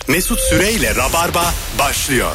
Mesut Süreyle Rabarba başlıyor.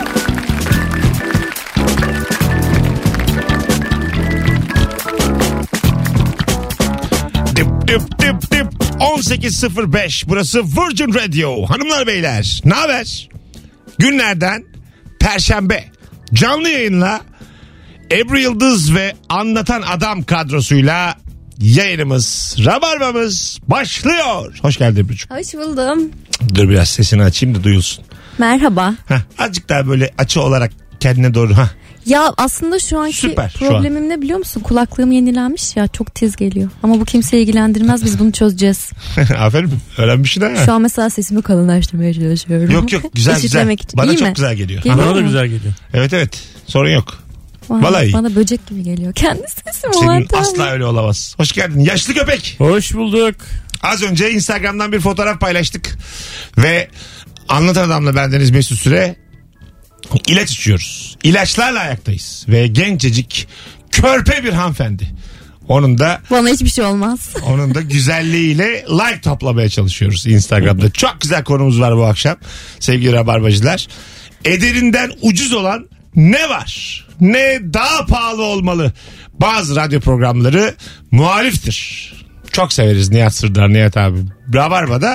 Dip 18.05 burası Virgin Radio. Hanımlar beyler ne haber? Günlerden Perşembe canlı yayınla Ebru Yıldız ve Anlatan Adam kadrosuyla yayınımız, Rabarbamız başlıyor. Hoş geldin Ebru'cum. Hoş buldum. Dur biraz sesini açayım da duyulsun. Merhaba. Azıcık daha böyle açı olarak kendine doğru. Ya aslında şu anki Süper, problemim ne biliyor musun? Kulaklığım yenilenmiş ya, çok tiz geliyor. Ama bu kimseyi ilgilendirmez, biz bunu çözeceğiz. Aferin, öğrenmişsin ha. Şu an mesela sesimi kalınlaştırmaya çalışıyorum. Yok güzel. Eşitlemek için. Bana İyi çok mi? güzel geliyor. Bana da güzel geliyor. Evet sorun yok. Vallahi iyi. Bana böcek gibi geliyor. Kendi sesim Senin o asla öyle olamaz. Hoş geldin yaşlı köpek. Hoş bulduk. Az önce Instagram'dan bir fotoğraf paylaştık. Ve Anlatan Adam'la bendeniz Mesut Süre ilaç içiyoruz. İlaçlarla ayaktayız. Ve gencecik körpe bir hanımefendi. Bana hiçbir şey olmaz. Onun da güzelliğiyle like toplamaya çalışıyoruz Instagram'da. Çok güzel konumuz var bu akşam sevgili Rabarbacılar. Ederinden ucuz olan ne var? Ne daha pahalı olmalı? Bazı radyo programları muhaliftir. Çok severiz Nihat Sırdar, Nihat abi. Rabarba'da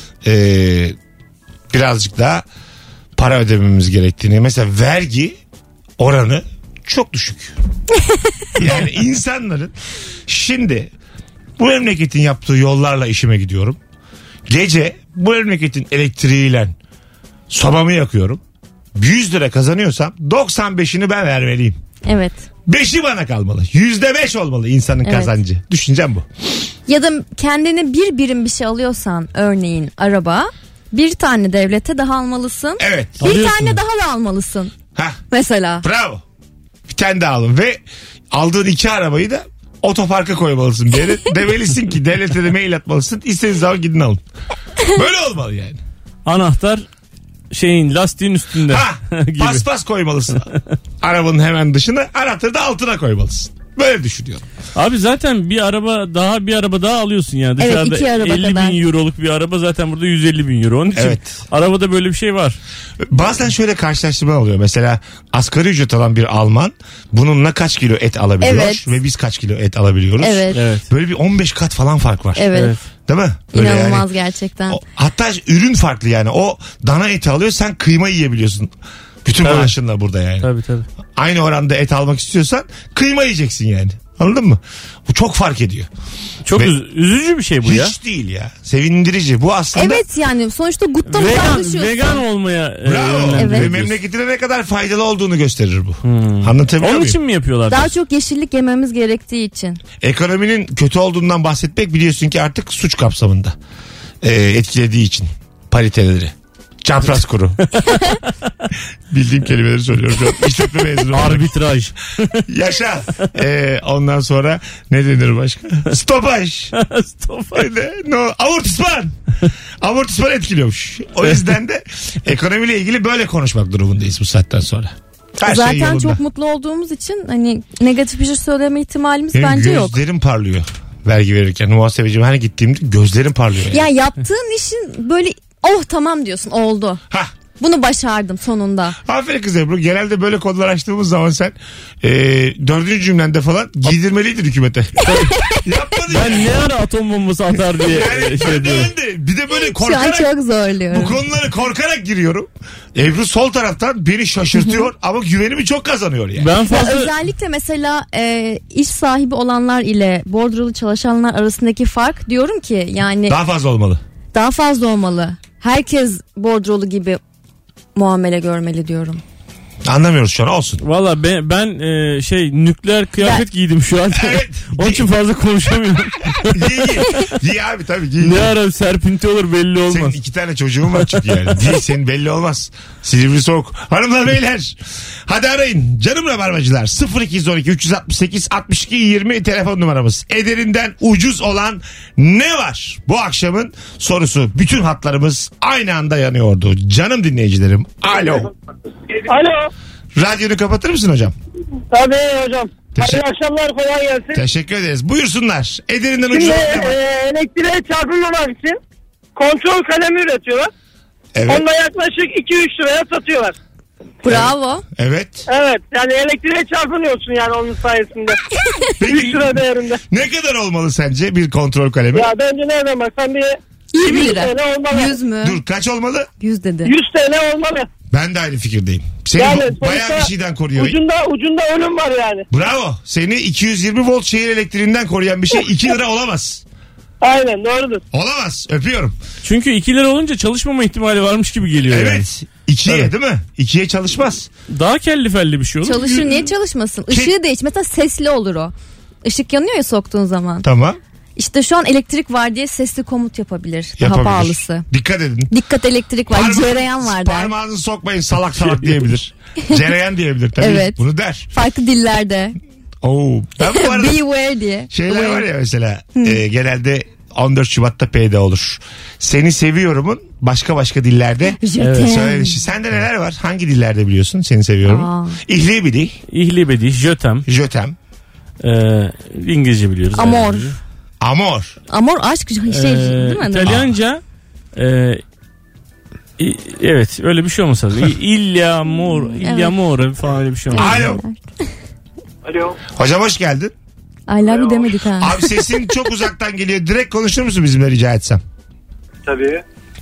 birazcık daha para ödememiz gerektiğini. Mesela vergi oranı çok düşük. Yani insanların şimdi bu memleketin yaptığı yollarla işime gidiyorum. Gece bu memleketin elektriğiyle sobamı yakıyorum. 100 lira kazanıyorsam 95'ini ben vermeliyim. Evet. 5'i bana kalmalı. %5 olmalı insanın kazancı. Düşüncem bu. Ya da kendine bir birim bir şey alıyorsan, örneğin araba, bir tane devlete daha almalısın. Evet. Bir Alıyorsun. tane daha da almalısın. Hah. Mesela. Bravo. Bir tane daha alın ve aldığın 2 arabayı da otoparka koymalısın bir yere. Demelisin ki devlete de mail atmalısın. İstediğiniz zaman gidin alın. Böyle olmalı yani. Anahtar lastiğin üstünde gibi. Paspas koymalısın. Arabanın hemen dışına, anahtarı da altına koymalısın. Böyle düşünüyorum. Abi zaten bir araba daha alıyorsun yani. Evet, Dışarıda 2 araba 50 kadar. bin euroluk bir araba zaten burada 150 bin euro. Onun için Evet. arabada böyle bir şey var. Bazen şöyle karşılaştırma oluyor. Mesela asgari ücret alan bir Alman bununla kaç kilo et alabiliyor Evet. ve biz kaç kilo et alabiliyoruz. Evet. Evet. Böyle bir 15 kat falan fark var. Evet. Evet. Değil mi? Böyle İnanılmaz yani. gerçekten. Hatta ürün farklı yani. O dana eti alıyor, sen kıyma yiyebiliyorsun. Bütün Tabii. maaşınla burada yani. Tabii. Aynı oranda et almak istiyorsan kıyma yiyeceksin yani. Anladın mı? Bu çok fark ediyor. Çok Ve- üzücü bir şey bu ya. Hiç değil ya. Sevindirici. Bu aslında Evet, yani sonuçta guttan uzaklaşıyorsun. Vegan olmaya bravo. yönlendiriyor. Evet. Ve memleketine ne kadar faydalı olduğunu gösterir bu. Anlatabiliyor Onun muyum? için mi yapıyorlar? Daha çok yeşillik yememiz gerektiği için. Ekonominin kötü olduğundan bahsetmek biliyorsun ki artık suç kapsamında. Etkilediği için pariteleri. Çapraz kuru. Bildiğim kelimeleri söylüyorum. İşletme mezunu. Arbitraj. Yaşa. Ondan sonra ne denir başka? Stopaj. Amortisman. Amortisman etkiliyormuş. O yüzden de ekonomiyle ilgili böyle konuşmak durumundayız bu saatten sonra. Her şey Zaten yolunda. çok mutlu olduğumuz için hani negatif bir şey söyleme ihtimalimiz Benim bence yok. gözlerim parlıyor vergi verirken. Muhasebecim hani gittiğimde gözlerim parlıyor. Yani. Ya yaptığın işin böyle tamam diyorsun, oldu. Hah. Bunu başardım sonunda. Aferin kız Ebru. Genelde böyle konular açtığımız zaman sen 4. cümlende falan giydirmeliydin hükümete. Yapmadın Ben ya. ne ara atom bombası atar diye Yani şey ben de diyorum. öyle. Bir de böyle Şu an korkarak çok bu zorluyorum. konuları korkarak giriyorum. Ebru sol taraftan beni şaşırtıyor ama güvenimi çok kazanıyor yani. Ben Ya fazla özellikle mesela iş sahibi olanlar ile bordrolu çalışanlar arasındaki fark, diyorum ki yani Daha fazla olmalı. daha fazla olmalı. Herkes bordrolu gibi muamele görmeli diyorum. Anlamıyoruz şu an, olsun. valla ben nükleer kıyafet giydim şu an. Evet. Onun için fazla konuşamıyorum. Giy abi, tabii giy. Ne ara serpinti olur belli Senin olmaz. 2 tane çocuğun var çünkü yani. Giy, senin belli olmaz. Silivri soğuk. Hanımlar beyler. Hadi arayın. Canım rabarbacılar. 0212 368 62 20 telefon numaramız. Ederinden ucuz olan ne var? Bu akşamın sorusu. Bütün hatlarımız aynı anda yanıyordu. Canım dinleyicilerim. Alo. Alo. Radyonu kapatır mısın hocam? Tabii hocam. Teşekkür- Hayırlı akşamlar, kolay gelsin. Teşekkür ederiz. Buyursunlar. Ederinden ucuz Şimdi olan ne var? elektriğe çarpılmamak için kontrol kalemi üretiyorlar. Evet. Onda yaklaşık 2-3 liraya satıyorlar. Bravo. Evet. Evet yani elektriğe çarpınıyorsun yani onun sayesinde. Peki 3 lira değerinde. ne kadar olmalı sence bir kontrol kalemi? Ya bence nereden baksan bir 20 100 lira. TL olmalı. 100 mü? Dur kaç olmalı? 100 dedi. 100 TL olmalı. Ben de aynı fikirdeyim. Seni Yani bayağı sonuçta bir şeyden koruyor. Ucunda ölüm var yani. Bravo. Seni 220 volt şehir elektriğinden koruyan bir şey 2 lira olamaz. Aynen doğrudur. Olamaz. Öpüyorum. Çünkü 2 lira olunca çalışmama ihtimali varmış gibi geliyor yani. Evet. 2'ye Evet. değil mi? 2'ye çalışmaz. Daha kelli felli bir şey olur. Çalışır, niye çalışmasın? Işığı değiş. Mesela sesli olur o. Işık yanıyor ya soktuğun zaman. Tamam. İşte şu an elektrik var diye sesli komut yapabilir. Daha Yapabilir. pahalısı. Dikkat edin. Dikkat elektrik var. Cereyan var der. Parmağınızı sokmayın salak salak diyebilir. Cereyan diyebilir tabii. Evet. Bunu der. Farklı dillerde. Oo. Ben bu arada Beware diye. şeyler var ya mesela genelde 14 Şubat'ta P'de olur. Seni seviyorumun başka dillerde Jötem. söylenişi. Sende neler var? Hangi dillerde biliyorsun seni seviyorum? Aa. İhlibidi, İhlibedi, jötem. jötem, İngilizce biliyoruz. Amor. Yani. amor. Amor aşk değil mi? İtalyanca evet öyle bir şey olmasa lazım. İlyamor falan öyle bir şey olmasa lazım. Alo. Alo. Hocam hoş geldin. I love you demedik ha. Abi sesin çok uzaktan geliyor. Direkt konuşur musun bizimle rica etsem? Tabii.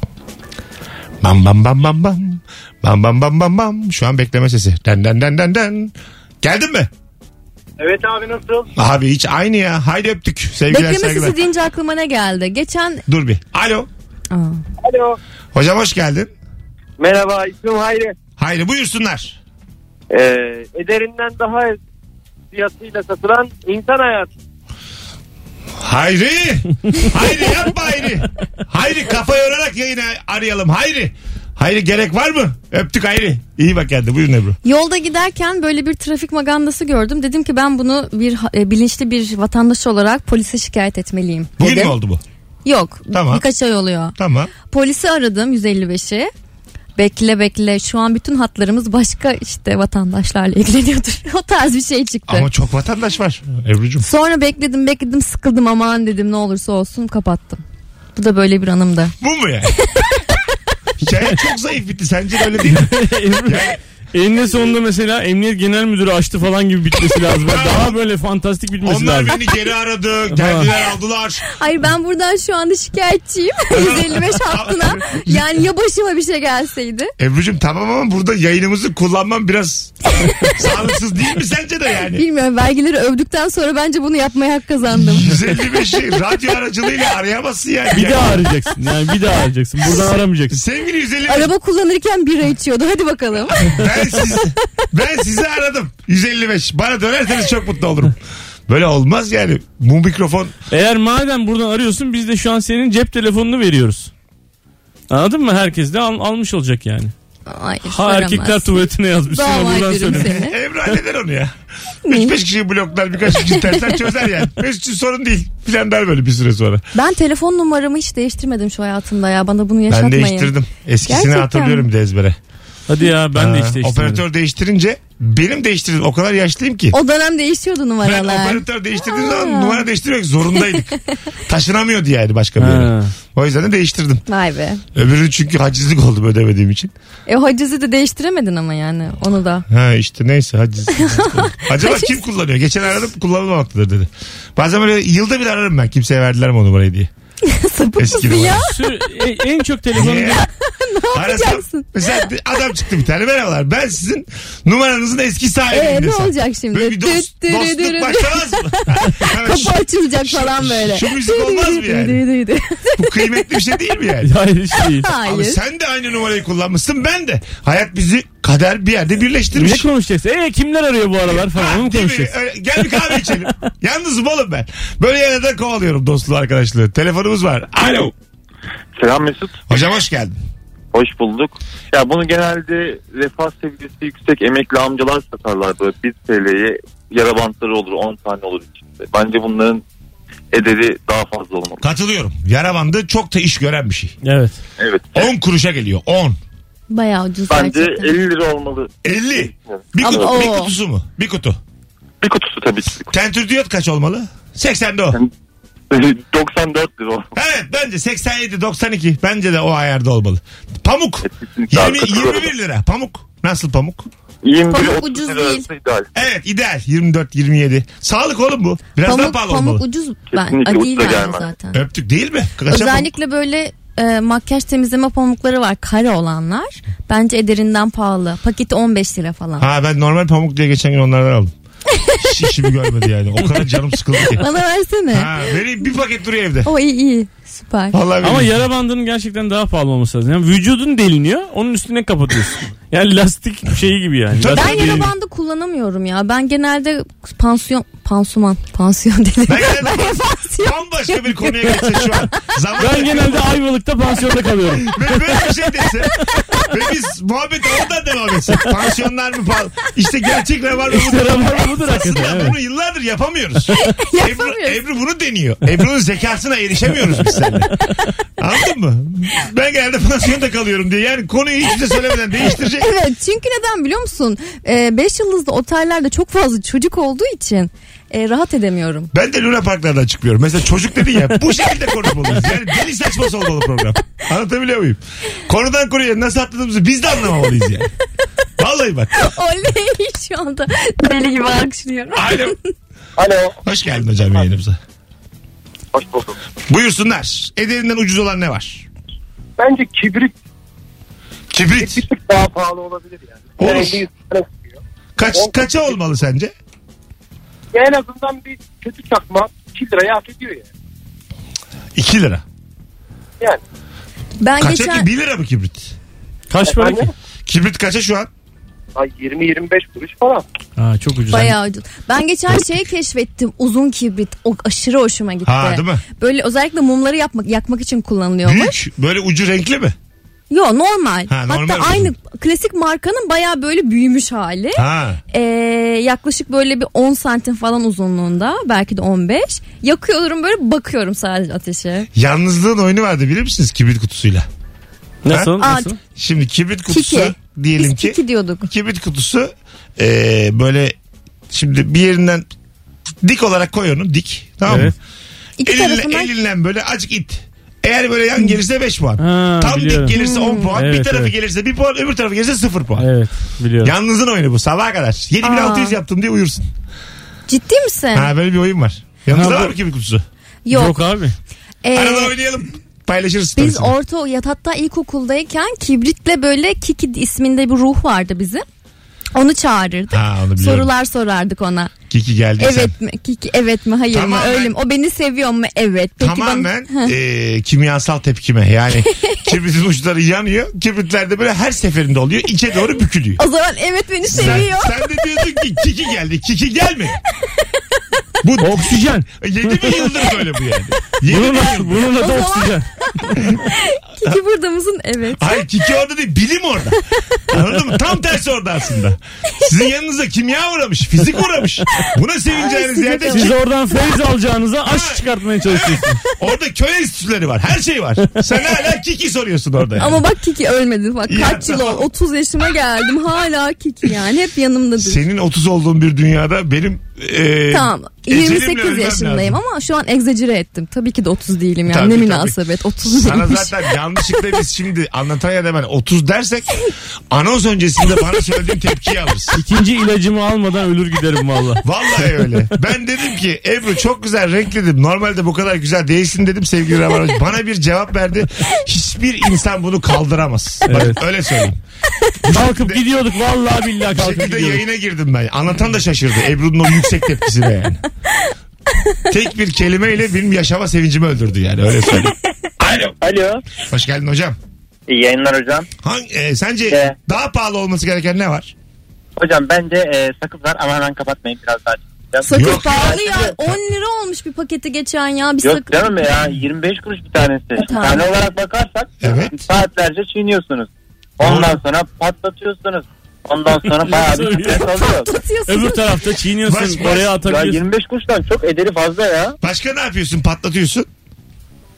Bam bam bam bam bam. Bam bam bam bam bam. Şu an bekleme sesi. Den den den den den. Geldin mi? Evet abi nasıl? Abi hiç aynı ya. Haydi öptük. Sevgiler Bekleme saygılar. sesi deyince aklıma ne geldi? Geçen... Dur bir. Alo. Aa. Alo. Hocam hoş geldin. Merhaba ismim Hayri. Haydi buyursunlar. Ederinden daha fiyatıyla satılan insan hayatı. Hayri. Hayri yapma Hayri. Hayri kafa yorarak yayını arayalım. Hayri. Hayri gerek var mı? Öptük Hayri. İyi bak kendine. Buyurun Ebru. Yolda giderken böyle bir trafik magandası gördüm. Dedim ki ben bunu bilinçli bir vatandaş olarak polise şikayet etmeliyim Bugün dedim. mü oldu bu? Yok. Tamam. Birkaç ay oluyor. Tamam. Polisi aradım 155'i. Bekle şu an bütün hatlarımız başka işte vatandaşlarla ilgileniyordur. O tarz bir şey çıktı. Ama çok vatandaş var Ebru'cum. Sonra bekledim sıkıldım aman dedim ne olursa olsun kapattım. Bu da böyle bir anımdı. Bu mu yani? Hikaye çok zayıf bitti. Sence de öyle değil mi? Yani, Eninde sonunda mesela Emniyet Genel Müdürü açtı falan gibi bitmesi lazım. Daha böyle fantastik bitmesi onlar lazım. beni geri aradı. Geldiler aldılar. Hayır ben buradan şu anda şikayetçiyim. 155 hattına. Yani ya başıma bir şey gelseydi. Ebru'cum tamam ama burada yayınımızı kullanmam biraz sağlıksız değil mi sence de yani? Bilmiyorum vergileri övdükten sonra bence bunu yapmaya hak kazandım. 155'i radyo aracılığıyla arayamazsın yani. Bir daha arayacaksın. Yani bir daha arayacaksın. Buradan aramayacaksın. Sevgili 155. Araba kullanırken bira içiyordu hadi bakalım. Ben sizi aradım. 155. Bana dönerseniz çok mutlu olurum. Böyle olmaz yani. Bu mikrofon. Eğer madem buradan arıyorsun biz de şu an senin cep telefonunu veriyoruz. Anladın mı? Herkes de almış olacak yani. Ay, Erkekler tuvaletine yazmışsın. Dava Buradan ediyorum söyle. seni. Ebru halleder onu ya. 3-5 kişiyi bloklar birkaç kişi tersen çözer yani. Mesut için sorun değil. Plan der böyle bir süre sonra. Ben telefon numaramı hiç değiştirmedim şu hayatımda ya. Bana bunu yaşatmayın. Ben değiştirdim. Eskisini Gerçekten. hatırlıyorum bir de ezbere. Hadi ya ben de hiç değiştirmedim. Operatör değiştirince benim değiştirdim. O kadar yaşlıyım ki. O dönem değişiyordu Ben numaralar. operatör değiştirdiğim zaman numara değiştirmek zorundaydık. Taşınamıyordu yani başka bir yere. Ha. O yüzden de değiştirdim. Vay be. Öbürü çünkü hacizlik oldu ödemediğim için. O hacizi de değiştiremedin ama yani onu da. Ha işte neyse haciz. Acaba kim kullanıyor? Geçen aradım kullanılmamaktadır dedi. Bazen böyle yılda bir ararım ben. Kimseye verdiler mi o numarayı diye. Sapık Eski mısın numara. ya? En çok telefonu Niye? Arasam, yapacaksın? mesela adam çıktı bir tane merhabalar. Ben sizin numaranızın eski sahibiyim Ne desem. olacak şimdi? Böyle bir dostluk başlamaz mı? Hemen Kapı açılacak falan böyle. Şu müzik olmaz mı yani? Bu kıymetli bir şey değil mi yani? Hayır hiç değil. Abi Hayır. sen de aynı numarayı kullanmışsın ben de. Hayat bizi kader bir yerde Ne birleştirmiş. konuşacaksın? Kimler arıyor bu aralar falan onu mu Değil mi? konuşacaksın? Gel bir kahve içelim. Yalnızım oğlum ben. Böyle yerden kovalıyorum dostluğu arkadaşlığı. Telefonumuz var. Alo. Selam Mesut. Hocam hoş geldin. Hoş bulduk. Ya bunu genelde refah seviyesi yüksek emekli amcalar satarlar böyle 1 TL'ye yara bantları olur 10 tane olur içinde. Bence bunların ederi daha fazla olmalı. Katılıyorum. Yara bandı çok da iş gören bir şey. Evet. Evet. 10 kuruşa geliyor. 10. Bayağı ucuz Bence gerçekten. 50 lira olmalı. 50. Evet. Bir, Ama kutu, bir o- kutusu mu? Bir kutu. Bir kutusu tabii ki. Tentürdiyot kaç olmalı? 80'de o. 94 lira o. Evet bence 87-92 bence de o ayarda olmalı. Pamuk Kesinlikle 21 lira. Pamuk nasıl pamuk? 21 Pamuk 30 ucuz lira değil. arası ideal. Evet ideal 24-27. Sağlık oğlum bu. Biraz daha pahalı Pamuk olmalı. ucuz Kesinlikle değil ucuza yani gelmez. zaten. Öptük değil mi? Kaça Özellikle böyle makyaj temizleme pamukları var, kare olanlar. Bence ederinden pahalı. Paketi 15 lira falan. Ha ben normal pamuk diye geçen gün onlardan aldım. Hiç işimi görmedi yani. O kadar canım sıkıldı ki. Bana versene. Ha, vereyim bir paket duruyor evde. O iyi. Süper. Vallahi Ama vereyim. yara bandının gerçekten daha pahalı olması lazım. Yani vücudun deliniyor, onun üstüne kapatıyorsun. Yani lastik şeyi gibi yani. Tabii. Ben Lastik yara gibi. bandı kullanamıyorum ya. Ben genelde pansiyon dedim. Ben genelde bambaşka bir konuya geçse şu an. Zaman Ben genelde Ayvalık'ta pansiyonda kalıyorum. Ve böyle bir şey dese. Ve biz muhabbet oradan devam etsek. Pansiyonlar mı pahalı? İşte gerçek ne var mı? İşte rabarba budur hakikaten, Aslında evet. bunu yıllardır yapamıyoruz. Yapamıyoruz. Ebru bunu deniyor. Ebru'nun zekasına erişemiyoruz biz seninle. Anladın mı? Ben genelde pansiyonda kalıyorum diye. Yani konuyu hiç bize söylemeden değiştirecek. Evet, çünkü neden biliyor musun? 5 yıldızlı otellerde çok fazla çocuk olduğu için rahat edemiyorum. Ben de Luna Parklardan çıkıyorum. Mesela çocuk dedin ya bu şekilde konuşmalıyız. Yani deli saçması olmalı program. Anlatabiliyor muyum? Konudan konuya nasıl atladığımızı biz de anlamamalıyız yani. Vallahi bak. Oley, şu anda deli gibi alkışlıyorum. Alo. Alo. Hoş geldin hocam yayınımıza. Hoş bulduk. Buyursunlar. Ederinden ucuz olan ne var? Bence kibrit Kibrit. bir tık daha pahalı olabilir yani. Olur. 50 lira çıkıyor. Kaça olmalı sence? Ya en azından bir kötü çakma 2 liraya hak ediyor yani. 2 lira. Yani. Ben Kaça geçen ki? 1 lira mı kibrit? Kaç para ki? Efendim? Kibrit kaça şu an? Ay 20-25 kuruş falan. Ha, çok ucuz. bayağı ucuz. Ben geçen şeyi keşfettim. Uzun kibrit. O aşırı hoşuma gitti. Ha, değil mi? Böyle özellikle mumları yakmak için kullanılıyormuş. Büyük. Böyle ucu renkli mi? Yo, normal. Ha, normal Hatta uzun. aynı klasik markanın bayağı böyle büyümüş hali. Ha. Yaklaşık böyle bir 10 santim falan uzunluğunda. Belki de 15. Yakıyorum, böyle bakıyorum sadece ateşe. Yalnızlığın oyunu vardı bilir misiniz kibrit kutusuyla? Nasıl? Ha? Nasıl? Şimdi kibrit kutusu Kiki. diyelim Biz ki. kiki diyorduk. Kibrit kutusu böyle şimdi bir yerinden dik olarak koy onu dik. Tamam mı? Evet. İki tarafından Elinden böyle azıcık it. Eğer böyle yan gelirse 5 puan. Ha, Tam biliyorum. dik gelirse 10 puan. Evet, bir tarafı evet. gelirse 1 puan. Öbür tarafı gelirse 0 puan. Evet, biliyorum. Yalnızın oyunu bu sabaha kadar. 7600 yaptım diye uyursun. ciddi misin? Ha böyle bir oyun var. Yanınızda Ha, var bu- mı kibrit kutusu? Yok. abi. Arada oynayalım. Paylaşırız. Biz storiesini. hatta ilkokuldayken kibritle böyle Kiki isminde bir ruh vardı bizim. Onu çağırırdık. Ha, onu biliyorum. Sorular sorardık ona. Kiki geldi sen. Evet mi? Kiki evet mi? Hayır Tamamen- mı? Öyle mi? O beni seviyor mu? Evet. Peki Tamamen bana... kimyasal tepkime. Yani kibritin uçları yanıyor. Kibritler de böyle her seferinde oluyor. İçe doğru bükülüyor. O zaman evet beni seviyor. Sen de diyorsun ki Kiki geldi. Kiki gelmedi. Bu Oksijen. 7.000 yıldır böyle bu yani. 7.000 yıldır. Bunun adı zaman- oksijen. Kiki burada mısın? Evet. Hayır Kiki orada değil. Bilim orada. Anladın mı? Tam tersi orada aslında. Sizin yanınıza kimya uğramış. Fizik uğramış. Buna sevineceğiniz Ay, yerde Siz oradan feyiz alacağınıza aşk çıkartmaya çalışıyorsunuz. orada köy enstitüleri var. Her şey var. Sen hala Kiki soruyorsun orada. Yani. Ama bak Kiki ölmedi. Bak Ya kaç yıl tamam. oldu. 30 yaşıma geldim. Hala Kiki yani. Hep yanımdadır. Senin 30 olduğun bir dünyada benim Tamam. ecelimle 28 ölmem yaşındayım lazım. ama şu an egzajere ettim. Tabii ki de 30 değilim yani. Tabii, ne tabii. münasebet. 30 Sana değilmiş. zaten yanlışlıkla biz şimdi Anlatalya'da ben 30 dersek anons öncesinde bana söylediğin tepkiyi alırız. İkinci ilacımı almadan ölür giderim valla. Vallahi öyle. Ben dedim ki Ebru çok güzel renkledim. Normalde bu kadar güzel değilsin dedim sevgili Rabar. Bana bir cevap verdi. Hiçbir insan bunu kaldıramaz. Bak, Evet. öyle söyleyeyim. Kalkıp gidiyorduk vallahi billahi Bir kalkıp şekilde gidiyorduk. yayına girdim ben. Anlatan da şaşırdı. Ebru'nun o yüksek tepkisine yani. Tek bir kelimeyle benim yaşama sevincimi öldürdü yani öyle söyleyeyim. Alo. Alo. Hoş geldin hocam. İyi yayınlar hocam. Sence daha pahalı olması gereken ne var? Hocam bence sakız var ama hemen kapatmayın biraz daha. Sakız Yok pahalı ya. ya. 10 lira olmuş bir paketi geçen ya. Bir Yok sakız. canım ya 25 kuruş bir tanesi. Tamam. Tane olarak bakarsak Evet. saatlerce çiğniyorsunuz. Ondan sonra patlatıyorsunuz. Ondan sonra bayağı bir stres oluyor. Tutuyorsunuz. Öbür tarafta çiğniyorsun Baş- oraya Ya atabiliyorsun. 25 kuruştan çok ederi fazla ya. Başka ne yapıyorsun? Patlatıyorsun.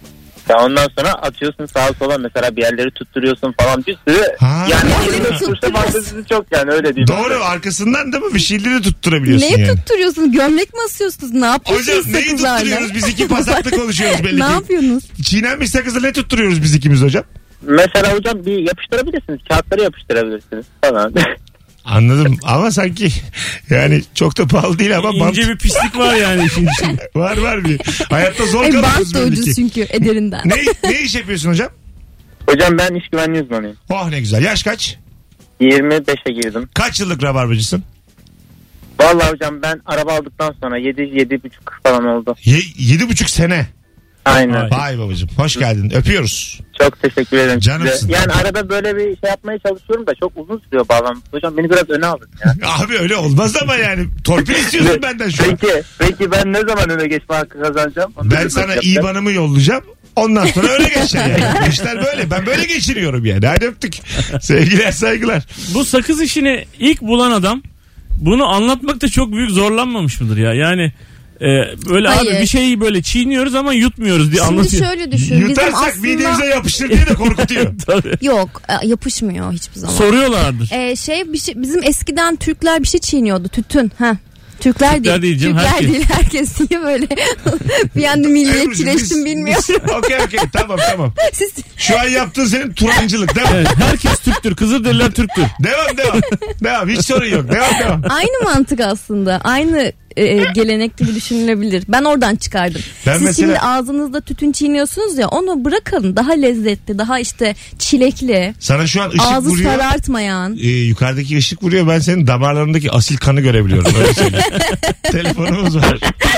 Ya ondan sonra atıyorsun sağa sola, mesela bir yerleri tutturuyorsun falan, bir sürü. Yani sonuçta fantezisi çok, yani öyle değil. Doğru, arkasından değil mi? Bir şeyleri tutturabiliyorsun Neyi yani. tutturuyorsunuz? Gömlek mi asıyorsunuz? Ne yapıyorsunuz Hocam neyi sakızlarla? tutturuyoruz? Biz iki pasaklı konuşuyoruz belli Ne ki. yapıyorsunuz? Çiğnenmiş sakızla ne tutturuyoruz biz ikimiz hocam? Mesela hocam bir yapıştırabilirsiniz. Kağıtları yapıştırabilirsiniz falan. Anladım ama sanki yani çok da pahalı değil ama bant. İnce bir pislik var yani işin içinde. Var bir. Hayatta zor Bant kalıyoruz da belli ucuz ki. çünkü ederinden. Ne iş yapıyorsun hocam? Hocam ben iş güvenliği uzmanıyım. Oh ne güzel. Yaş kaç? 25'e girdim. Kaç yıllık rabarbacısın? Vallahi hocam ben araba aldıktan sonra 7,5 falan oldu. 7,5 sene. Aynen. Vay babacığım. Hoş geldin. Öpüyoruz. Çok teşekkür ederim. Canımsın. Size. Yani arada böyle bir şey yapmaya çalışıyorum da çok uzun sürüyor bağlantı. Hocam beni biraz öne alın ya. Abi öyle olmaz ama yani. Torpil istiyorsun benden şu an. Peki ben ne zaman öne geçme hakkı kazanacağım? Onu Ben sana IBAN'ımı yollayacağım. Ondan sonra öyle geçer yani. İşler böyle. Ben böyle geçiriyorum yani. Hadi öptük. Sevgiler, saygılar. Bu sakız işini ilk bulan adam bunu anlatmakta çok büyük zorlanmamış mıdır ya? Yani böyle Hayır. abi bir şeyi böyle çiğniyoruz ama yutmuyoruz diye Şimdi anlatıyor. şöyle düşün. Bizim Yutarsak aslında... midemize yapıştır diye de korkutuyor. Tabii. Yok yapışmıyor hiçbir zaman. Soruyorlardır. Bizim eskiden Türkler bir şey çiğniyordu. Tütün. Türkler değil canım, Türkler herkes. değil. Herkes niye böyle bir anda milliyetçileştim bilmiyorum. Okey tamam. Siz Şu an yaptığın senin turancılık. Devam. Evet, herkes Türktür. Kızılderililer Türktür. Devam. Hiç sorun yok. Devam. aynı mantık aslında. Aynı gelenek gibi düşünülebilir. Ben oradan çıkardım. Ben Siz mesela- şimdi ağzınızda tütün çiğniyorsunuz ya, onu bırakalım. Daha lezzetli, daha işte çilekli, Sana şu an ışık ağzı vuruyor. sarartmayan. Yukarıdaki ışık vuruyor. Ben senin damarlarındaki asil kanı görebiliyorum. Öyle söyleyeyim. Telefonumuz var.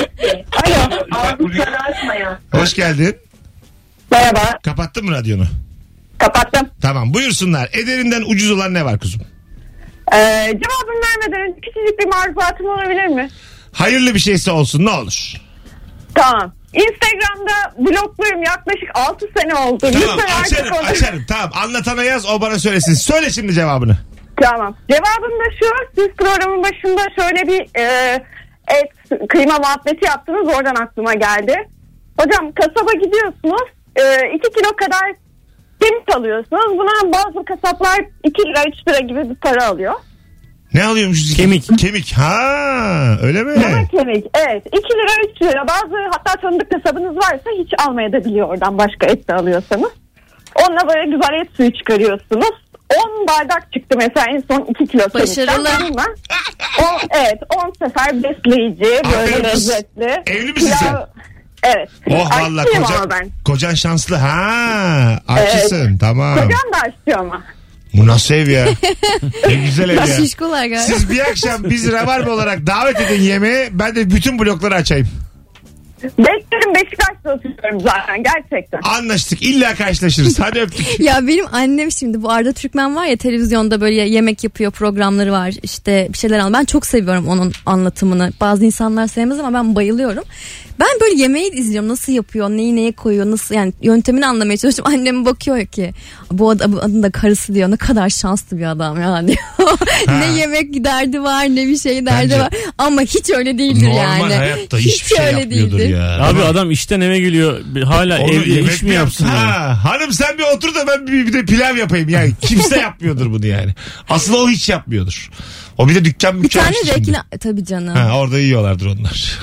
Hoş geldin. Merhaba. Kapattın mı radyonu? Kapattım. Tamam, buyursunlar. Ederinden ucuz olan ne var kuzum? Cevabını vermeden önce küçücük bir malumatım olabilir mi? Hayırlı bir şeyse olsun, ne olur. Tamam. Instagram'da blogluyum, yaklaşık 6 sene oldu. Tamam, Lütfen artık onu- açarım. Tamam, anlatana yaz, o bana söylesin. Söyle şimdi cevabını. Tamam. Cevabım da şu. Siz programın başında şöyle bir et, kıyma muhabbeti yaptınız. Oradan aklıma geldi. Hocam kasaba gidiyorsunuz. 2 kilo kadar kemik alıyorsunuz. Buna bazı kasaplar 2 lira 3 lira gibi bir para alıyor. Ne alıyormuşuz? Kemik. Ha, öyle mi? Dana kemik. Evet. 2 lira 3 lira. Bazı hatta tanıdık kasabınız varsa hiç almaya da biliyor oradan, başka et de alıyorsanız. Onunla böyle güzel et suyu çıkarıyorsunuz. 10 bardak çıktı mesela en son 2 kilo Başarılı. kemikten. Evet 10 sefer besleyici, böyle Aferin kız. lezzetli. Evli misin sen? Evet. Oh valla Aşçıyım ama ben. kocan şanslı. Ha, aşçısın. Tamam. Kocam da aşçı ama. Bu nasıl ev ya? Ne güzel ev ya. Şişkolar galiba. Siz bir akşam bizi Rabarba olarak davet edin yemeğe. Ben de bütün blokları açayım. Beklerim, Beşiktaş'ta oturuyorum zaten gerçekten. Anlaştık. İlla karşılaşırız. Hadi öptük. Ya benim annem şimdi, bu Arda Türkmen var ya, televizyonda böyle yemek yapıyor, programları var, işte bir şeyler Ben çok seviyorum onun anlatımını. Bazı insanlar sevmez ama ben bayılıyorum. Ben böyle yemeği izliyorum, nasıl yapıyor, neyi neye koyuyor, nasıl, yani yöntemini anlamaya çalışıyorum. Annem bakıyor ki bu adamın da karısı diyor, ne kadar şanslı bir adam ya diyor. Ne yemek derdi var, ne bir şey derdi Bence var, ama hiç öyle değildir normal yani. hayatta hiçbir şey yapmıyordur ya. Abi adam işten eve geliyor. Hala Onu evde yemek iş mi yapsın? Ha, Yani? hanım sen bir otur da ben bir de pilav yapayım. Yani kimse yapmıyordur bunu yani. Aslında o hiç yapmıyordur. O bir de dükkan Bir tane açtı şimdi. reklam, tabii canım. Ha, orada yiyorlardır onlar.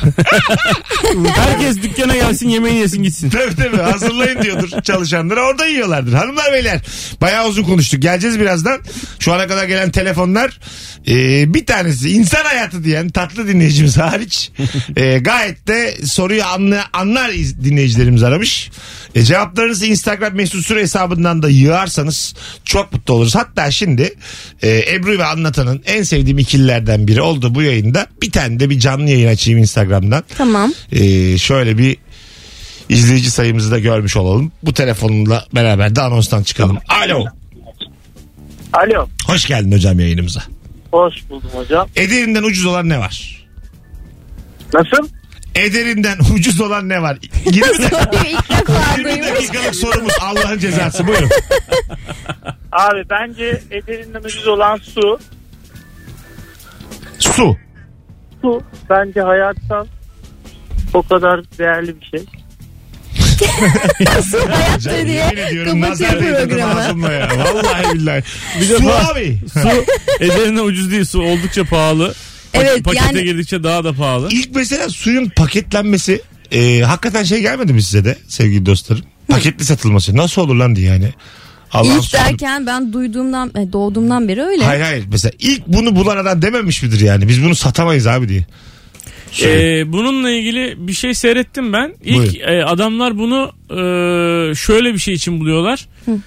Herkes dükkana gelsin, yemeğini yesin gitsin. Tabii hazırlayın diyordur çalışanlara, orada yiyorlardır. Hanımlar beyler, bayağı uzun konuştuk. Geleceğiz birazdan. Şu ana kadar gelen telefonlar, bir tanesi insan hayatı diyen tatlı dinleyicimiz hariç gayet de soruyu anlar dinleyicilerimiz aramış. Cevaplarınızı Instagram mesut süre hesabından da yığarsanız çok mutlu oluruz. Hatta şimdi Ebru ve Anlatan'ın en sevdiğim ikililerden biri oldu bu yayında. Bir tane de bir canlı yayın açayım Instagram'dan. Tamam. Şöyle bir izleyici sayımızı da görmüş olalım. Bu telefonla beraber de anonstan çıkalım. Alo. Alo. Hoş geldin hocam yayınımıza. Hoş buldum hocam. Ederinden ucuz olan ne var? Nasıl? Ederinden ucuz olan ne var? 20 dakikalık sorumuz, Allah'ın cezası. Buyurun. Abi bence ederinden ucuz olan su. Su. Su bence hayatta o kadar değerli bir şey. Su hayattır diye Yemin ediyorum kapatıyor nazar değdirdim programı. ağzımla ya. Vallahi billahi. Bir de Su abi. Su ederine ucuz değil. Su oldukça pahalı. Evet, Pakete yani- girdikçe daha da pahalı. İlk mesela suyun paketlenmesi hakikaten şey gelmedi mi size de sevgili dostlarım? Paketli satılması. Nasıl olur lan diye yani. Allah'ın İlk suyu- derken ben doğduğumdan beri öyle. Hayır. Mesela ilk bunu bulan adam dememiş midir yani? Biz bunu satamayız abi diye. Bununla ilgili bir şey seyrettim ben. İlk Buyurun. adamlar bunu şöyle bir şey için buluyorlar.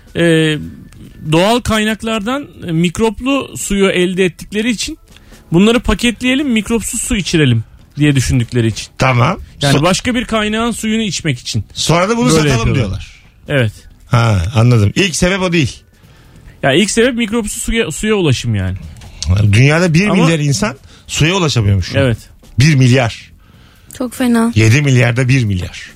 Doğal kaynaklardan mikroplu suyu elde ettikleri için bunları paketleyelim, mikropsuz su içirelim diye düşündükleri için. Tamam. Yani başka bir kaynağın suyunu içmek için. Sonra da bunu Böyle satalım yapıyorlar. diyorlar. Evet. Ha, anladım. İlk sebep o değil. Ya ilk sebep mikropsuz suya ulaşım yani. Dünyada 1 Ama- milyar insan suya ulaşamıyormuş. Evet. 1 milyar. Çok fena. 7 milyarda 1 milyar.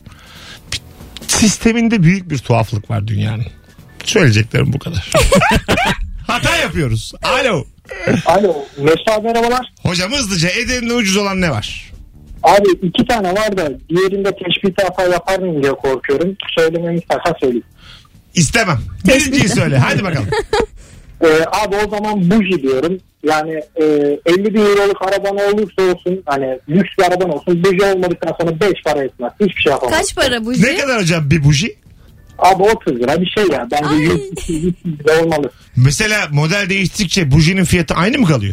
Sisteminde büyük bir tuhaflık var dünyanın. Söyleyeceklerim bu kadar. Hata yapıyoruz. Alo. Alo Mesut merhabalar. Hocam hızlıca Edirne'de ucuz olan ne var? Abi 2 tane var da diğerinde teşbihte hata yapar mıyım diye korkuyorum. Söylememi istersen söyleyeyim. İstemem. Birinciyi söyle. Hadi bakalım. Abi o zaman buji diyorum. Yani 50 bin euroluk araban olursa olsun hani lüks bir araban olsun buji olmadıktan sonra 5 para etmez. Hiçbir şey yapamaz. Kaç para buji? Ne kadar hocam bir buji? Abi 30 lira bir şey ya. Bence 100 lira olmalı. Mesela model değiştikçe bujinin fiyatı aynı mı kalıyor?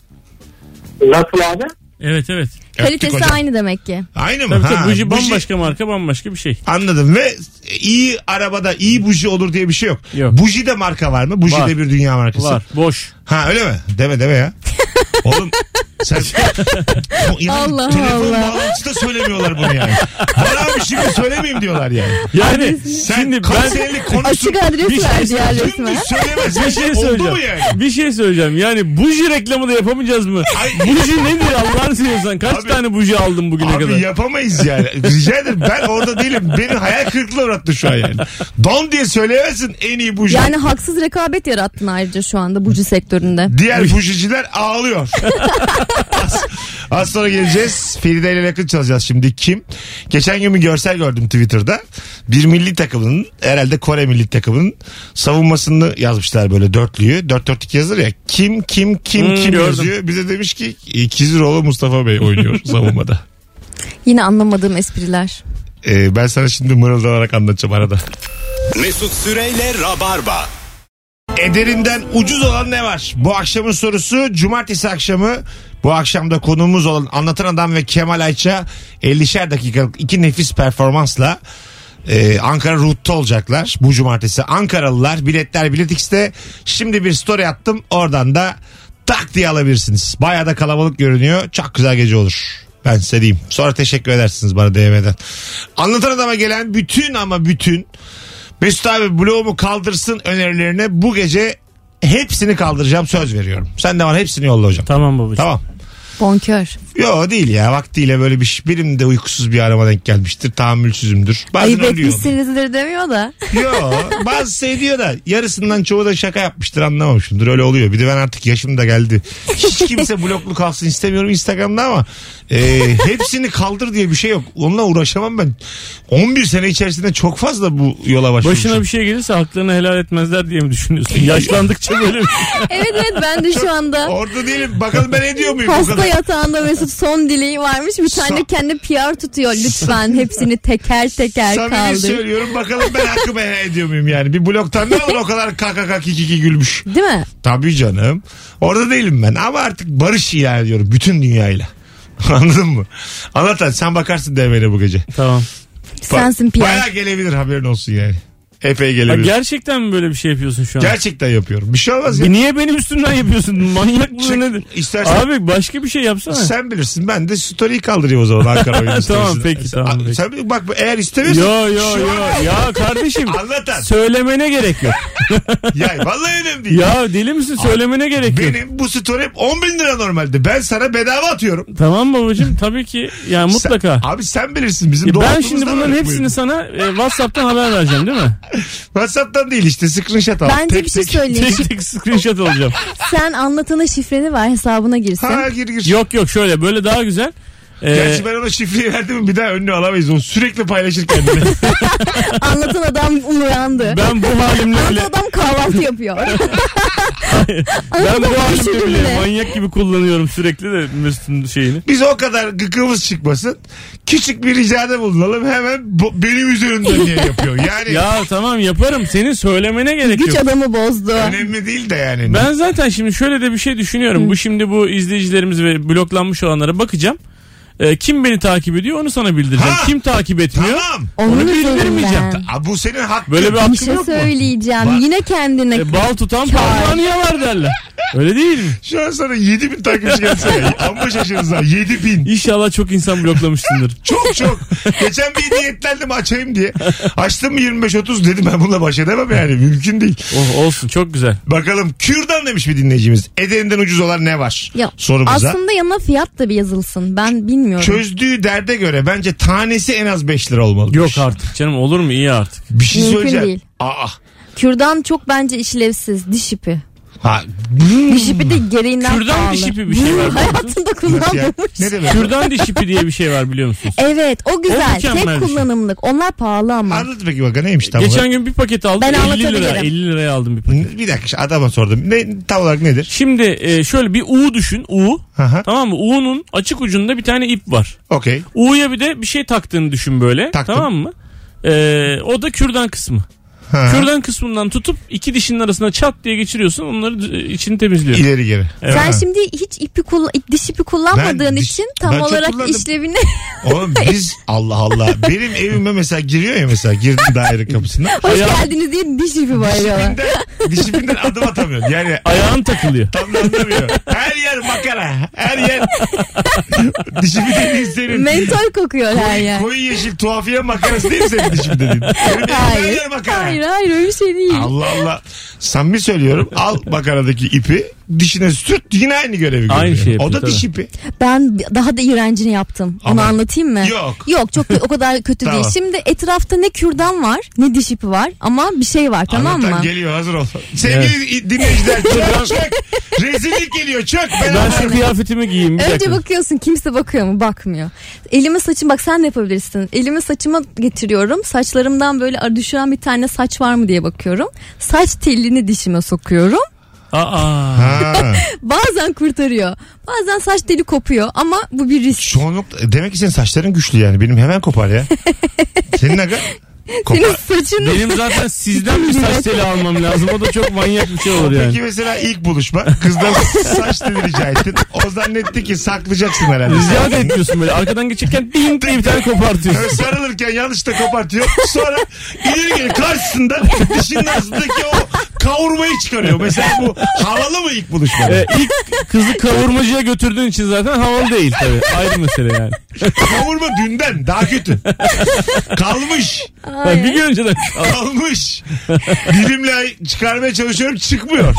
Nasıl abi? Evet. Kalitesi hocam. aynı demek ki. Aynı mı? Tabii buji bambaşka marka, bambaşka bir şey. Anladım ve iyi arabada iyi buji olur diye bir şey yok. Yok. Buji de marka var mı? Buji Var. de bir dünya markası. Var. Boş. Ha öyle mi? Deme ya. Oğlum sen Allah telefon Allah. bağlantısı da söylemiyorlar bunu yani. Bana abi şimdi söylemeyeyim diyorlar yani. Yani Sen şimdi ben kanserlik konusu Açık adres Bir şey verdi ya dümdüz resmen. söylemezsen bir şey oldu mu söyleyeceğim. yani? Bir şey söyleyeceğim. Yani buji reklamı da yapamayacağız mı? Ay. Buji nedir Allah'ını seviyorsan? Kaç Abi- tane buji aldın bugüne Abi kadar? yapamayız yani. Rica ederim ben orada değilim. Beni hayal kırıklığına uğrattı şu an yani. Don diye söyleyemezsin en iyi buji. Yani haksız rekabet yarattın ayrıca şu anda buji sektöründe. Diğer bujiciler ağlıyor. Az sonra geleceğiz. Feride ile yakın çalacağız şimdi. Kim? Geçen gün bir görsel gördüm Twitter'da. Bir milli takımının herhalde Kore milli takımının savunmasını yazmışlar böyle dörtlüyü. 4-4-2 yazılır ya. Kim gördüm. yazıyor. Bize demiş ki İkiziroğlu Mustafa Bey oynuyor savunmada. Yine anlamadığım espriler. Ben sana şimdi mırıldanarak anlatacağım arada. Mesut Süreyle Rabarba. Ederinden ucuz olan ne var? Bu akşamın sorusu cumartesi akşamı. Bu akşamda konuğumuz olan Anlatan Adam ve Kemal Ayça 50'şer dakikalık 2 nefis performansla Ankara Root'ta olacaklar. Bu cumartesi Ankaralılar biletler Bilet X'te. Şimdi bir story attım. Oradan da tak diye alabilirsiniz. Bayağı da kalabalık görünüyor. Çok güzel gece olur. Ben size diyeyim. Sonra teşekkür edersiniz bana DM'den. Anlatan Adam'a gelen bütün Mesut abi bloğumu kaldırsın önerilerine bu gece hepsini kaldıracağım, söz veriyorum. Sen de bana hepsini yolla hocam. Tamam babacığım. Tamam. Bonkör. Yo değil ya, vaktiyle böyle bir şey. Benim de uykusuz bir arama denk gelmiştir. Tahammülsüzümdür. Bazen Ayıp ölüyorum. etmişsinizdir demiyor da. Yo bazı şey diyor da yarısından çoğu da şaka yapmıştır, anlamamışımdır. Öyle oluyor. Bir de ben artık yaşım da geldi. Hiç kimse bloklu kalsın istemiyorum Instagram'da ama hepsini kaldır diye bir şey yok. Onunla uğraşamam ben. 11 sene içerisinde çok fazla bu yola başlamışım. Başına bir şey gelirse haklarını helal etmezler diye mi düşünüyorsun? Yaşlandıkça böyle mi? Evet ben de şu anda Orada değilim. Bakalım ben ediyor muyum bu hasta kadar? yatağında Mesut son dileği varmış. Bir tane kendi PR tutuyor. Lütfen hepsini teker Samimi kaldır. söylüyorum, bakalım ben hakkımı helal ediyor muyum yani? Bir bloktan ne olur o kadar KKK kikiki gülmüş. Değil mi? Tabii canım. Orada değilim ben ama artık barış ilan ediyorum bütün dünyayla. Anladın mı? Anlatan sen bakarsın DM'ne bu gece. Tamam. Sensin PR. Bayağı gelebilir, haberin olsun yani. Epey Ha, gelebilir. gerçekten mi böyle bir şey yapıyorsun şu an? Gerçekten yapıyorum. Bir şey olmaz ya. Niye benim üstümden yapıyorsun? Manyak mısın nedir? İstersen Abi başka bir şey yapsana. sen bilirsin. Ben de story'i kaldırayım o zaman Ankara oyunu Tamam, storiesini. peki, tamam, peki. Sen bak eğer istemiyorsan. Yo. Ya kardeşim. Anlatan. Söylemene gerek yok. Ya vallahi önemli değil. Ya deli misin? Söylemene gerek yok. Benim bu story 10 bin lira normalde. Ben sana bedava atıyorum. Tamam babacığım tabii ki. Yani mutlaka. Abi sen bilirsin bizim Ben doğrultumuzda şimdi bunların var bu hepsini oyun. sana WhatsApp'tan haber vereceğim değil mi? WhatsApp'tan değil işte, screenshot al. Bence bir şey söyleyeyim. Tek screenshot alacağım. Sen anlatana şifreni ver, hesabına girsin. Ha gir. Yok şöyle böyle daha güzel. Gerçi ben ona şifreyi verdim mi bir daha önünü alamayız. O sürekli paylaşır kendini. Anlatan adam uyandı. Ben bu halimle bile... Anlatan adam kahvaltı yapıyor. Ben bu halimle bile bile manyak gibi kullanıyorum sürekli de Mesut'un şeyini. Biz o kadar gıkımız çıkmasın. Küçük bir ricada bulunalım. Hemen benim üzerimden niye yapıyor? Yani Ya tamam yaparım. Senin söylemene gerek güç yok. adamı bozdu. önemli değil de yani. Ben zaten şimdi şöyle de bir şey düşünüyorum. Bu şimdi bu izleyicilerimiz ve bloklanmış olanlara bakacağım. Kim beni takip ediyor onu sana bildireceğim. Ha! Kim takip etmiyor? Tamam. Onun bildirmeyeceğim. üzerinden. Bu senin hakkın. Böyle bir Bir hakkım şey yok mu? söyleyeceğim. Bak. Yine kendine Bal tutan Kar. parmağını yalar derler. Öyle değil mi? Şu an sana 7.000 takipçi gelse ya. Amma şaşırırız ha. 7.000. İnşallah çok insan bloklamışsındır. Çok. Geçen bir niyetlendim açayım diye. Açtım mı 25-30 dedim ben bununla baş edemem yani. Mümkün değil. Oh, olsun çok güzel. Bakalım Kürdan demiş bir dinleyicimiz. Ederinden ucuz olan ne var? Ya, Sorumuza. aslında yanına fiyat da bir yazılsın. Ben bilmiyorum. Çözdüğü derde göre bence tanesi en az 5 lira olmalı. Yok artık canım olur mu iyi artık. Bir şey Mümkün söyleyeceğim. değil. Aa. Kürdan çok bence işlevsiz. Diş ipi. Ha. Diş ipi de gereğinden Kürdan pahalı. diş ipi bir şey var. Hayatında Nasıl ya? kullanmamış. Ne demek? Kürdan diş ipi diye bir şey var biliyor musunuz? Evet o O güzel. mükemmel Tek bir şey. kullanımlık. Onlar pahalı ama. Anlat peki bak neymiş tam Geçen olarak? gün bir paket aldım Ben 50 lira. anlatabilirim. 50 liraya aldım bir paket. Bir dakika adama sordum. Tam olarak nedir? Şimdi şöyle bir U düşün. U. Aha. Tamam mı? U'nun açık ucunda bir tane ip var. Okey. U'ya bir de bir şey taktığını düşün böyle. Taktım. Tamam mı? O da kürdan kısmı. Ha. Kürdan kısmından tutup iki dişinin arasına çat diye geçiriyorsun. Onları içini temizliyor. İleri geri. Evet. Sen şimdi hiç diş ipi kullanmadığın Ben için ben tam çok olarak kullandım. işlevini Oğlum biz Allah Allah. Benim evime mesela giriyor ya mesela girdim daire kapısına. hoş geldiniz diye diş ipi bayılıyorlar. Dişipinden adım atamıyorum. Yani Ayağın takılıyor. tam da anlamıyor. Her yer makara. Her yer dişipi dediğin senin. Mentol kokuyor her yer. Koyu yeşil tuhafiye makarası değil mi senin dişipi dediğin? Benim evim her Hayır. yer makara. Hayır öyle bir şey değil. Allah Allah. Samimi söylüyorum. Al makaradaki ipi dişine sürt yine aynı görevi görüyor. Aynı şey yapıyor, O da tabii. diş ipi. Ben daha da iğrencini yaptım. Onu Ama- anlatayım mı? Yok. Yok çok o kadar kötü değil. Tamam. Şimdi etrafta ne kürdan var ne diş ipi var ama bir şey var tamam Anlatan mı? geliyor hazır ol. Sevgili dinleyiciler çök. Rezillik geliyor çök. Ben şu kıyafetimi giyeyim bir Önce dakika. bakıyorsun kimse bakıyor mu? Bakmıyor. Elimi saçım bak sen de yapabilirsin. Elimi saçıma getiriyorum. Saçlarımdan böyle düşen bir tane saç var mı diye bakıyorum. Saç telini dişime sokuyorum. Aa. Ha. Bazen kurtarıyor. Bazen saç teli kopuyor ama bu bir risk. Çoğunlukla demek ki senin saçların güçlü yani. Benim hemen kopar ya. Senin aga kopar. Senin saçın Benim zaten sizden bir saç teli almam lazım. O da çok manyak bir şey olur yani. Peki mesela ilk buluşma kızdan saç teli rica ettin. O zannetti ki saklayacaksın herhalde. Rica da etmiyorsun böyle. Arkadan geçerken ding diye bir tane kopartıyorsun. Böyle sarılırken yanlışlıkla kopartıyor. Sonra ileri geri karşısında dişinin arasındaki o kavurmayı çıkarıyor. Mesela bu havalı mı ilk buluşma? İlk kızı kavurmacıya götürdüğün için zaten havalı değil tabii. Ayrı mesele yani. Kavurma dünden daha kötü. Kalmış. Bir gün önceden. Kalmış. Dilimle çıkarmaya çalışıyorum çıkmıyor.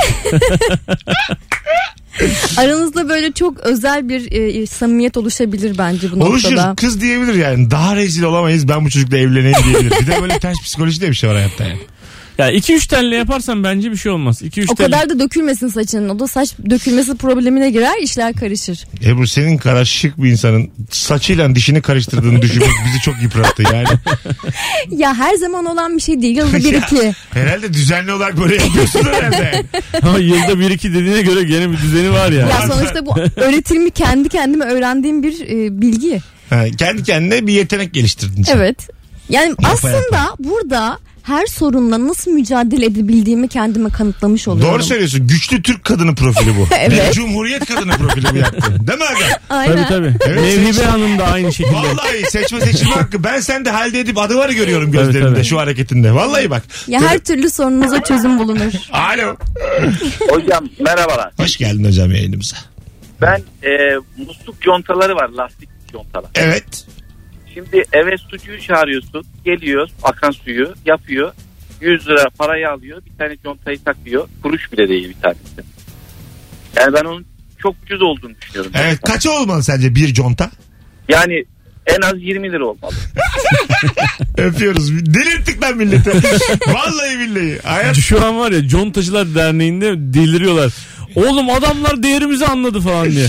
aranızda böyle çok özel bir samimiyet oluşabilir bence bu Oluşur. noktada. Kız diyebilir yani. Daha rezil olamayız ben bu çocukla evleneyim diyebilir. Bir de böyle ters psikoloji de bir şey var hayatta yani. Ya 2-3 telle yaparsan bence bir şey olmaz. 2-3 O kadar da dökülmesin saçının. O da saç dökülmesi problemine girer, işler karışır. Ebru senin kadar şık bir insanın saçıyla dişini karıştırdığını düşünmek bizi çok yıprattı yani. Ya her zaman olan bir şey değil. Yılda bir iki. Herhalde düzenli olarak böyle yapıyorsun herhalde. Ama yılda 1-2 dediğine göre gene bir düzeni var ya. Ya sonuçta bu öğretilmi kendi kendime öğrendiğim bir bilgi. Ha, kendi kendine bir yetenek geliştirdin sen. Evet. Yani aslında yapa. burada her sorunla nasıl mücadele edebildiğimi kendime kanıtlamış oluyorum. Doğru söylüyorsun. Güçlü Türk kadını profili bu. Evet. Bir Cumhuriyet kadını profili bu yaptın. Değil mi aga? Aynen. Tabii. Evet, Mevhibe Hanım da aynı şekilde. Vallahi seçme seçilme hakkı. Ben sende halde edip adı var görüyorum gözlerinde tabii. şu hareketinde. Vallahi bak. Ya her türlü sorunuza çözüm bulunur. Alo. Hocam merhabalar. Hoş geldin hocam yayınımıza. Ben musluk contaları var, lastik contalar. Evet. Şimdi eve sucuğu çağırıyorsun. Geliyor akan suyu yapıyor. 100 lira parayı alıyor. Bir tane contayı takıyor. Kuruş bile değil bir tanesi. Yani ben onun çok ucuz olduğunu düşünüyorum. Evet. Kaça olmalı sence bir conta? Yani en az 20 lira olmalı. Öpüyoruz. Delirttik lan milleti. Vallahi billahi. Hayat Şu an var ya Contacılar Derneği'nde deliriyorlar. Oğlum adamlar değerimizi anladı falan diye.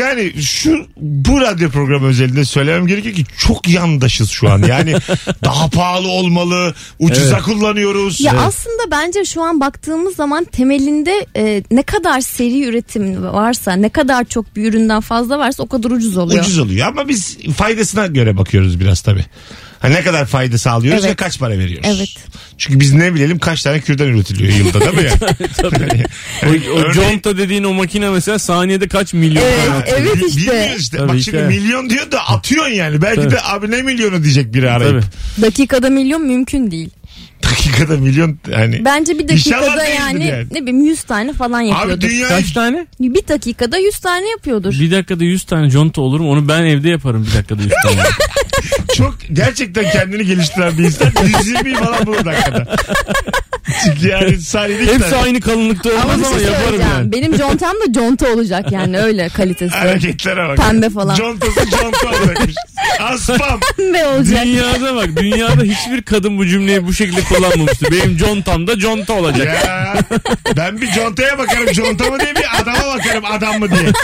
Bu radyo programı özelinde söylemem gerekiyor ki çok yandaşız şu an. Yani daha pahalı olmalı, ucuza kullanıyoruz. Ya aslında bence şu an baktığımız zaman temelinde ne kadar seri üretim varsa, ne kadar çok bir üründen fazla varsa o kadar ucuz oluyor. Ucuz oluyor ama biz faydasına göre bakıyoruz biraz tabii. Ne kadar fayda sağlıyoruz ve kaç para veriyoruz. Evet. Çünkü biz ne bilelim kaç tane kürdan üretiliyor yılda değil mi yani? O conta dediğin o makine mesela saniyede kaç milyon tane atıyor. Evet işte. Bilmiyoruz işte. Tabii Bak şimdi milyon diyor da atıyorsun yani. Belki de abi ne milyonu diyecek biri arayıp. Tabii. Dakikada milyon mümkün değil. Dakikada milyon yani. Bence bir İnşallah dakikada değildir yani ne bileyim 100 tane falan yapıyordur. Abi dünya Kaç tane? Bir dakikada 100 tane yapıyordur. Bir dakikada 100 tane conta olur mu? Onu ben evde yaparım bir dakikada 100 tane. çok gerçekten kendini geliştiren bir insan 120 falan bulur dakikada. Çünkü yani saniyede Hepsi aynı kalınlıkta olmaz Ama bir ama şey yaparım söyleyeceğim. yani. Benim contam da conta olacak yani öyle kalitesi. hareketlere bak. Pembe falan. Contası conta olacakmış. Aspam. Pembe olacak. Dünyada bak dünyada hiçbir kadın bu cümleyi bu şekilde kullanmamıştı. Benim contam da conta olacak. Ya ben bir contaya bakarım. Conta mı diye bir adama bakarım. Adam mı diye.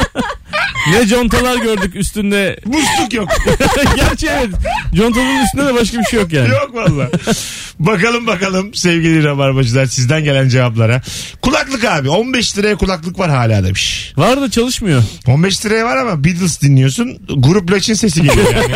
Ne contalar gördük üstünde. Musluk yok. Gerçi evet. Contanın üstünde de başka bir şey yok yani. Yok valla. Bakalım sevgili rabarbacılar sizden gelen cevaplara. Kulaklık abi 15 liraya kulaklık var hala demiş. Var da çalışmıyor. 15 liraya var ama Beatles dinliyorsun. Grup Laç'ın sesi geliyor yani.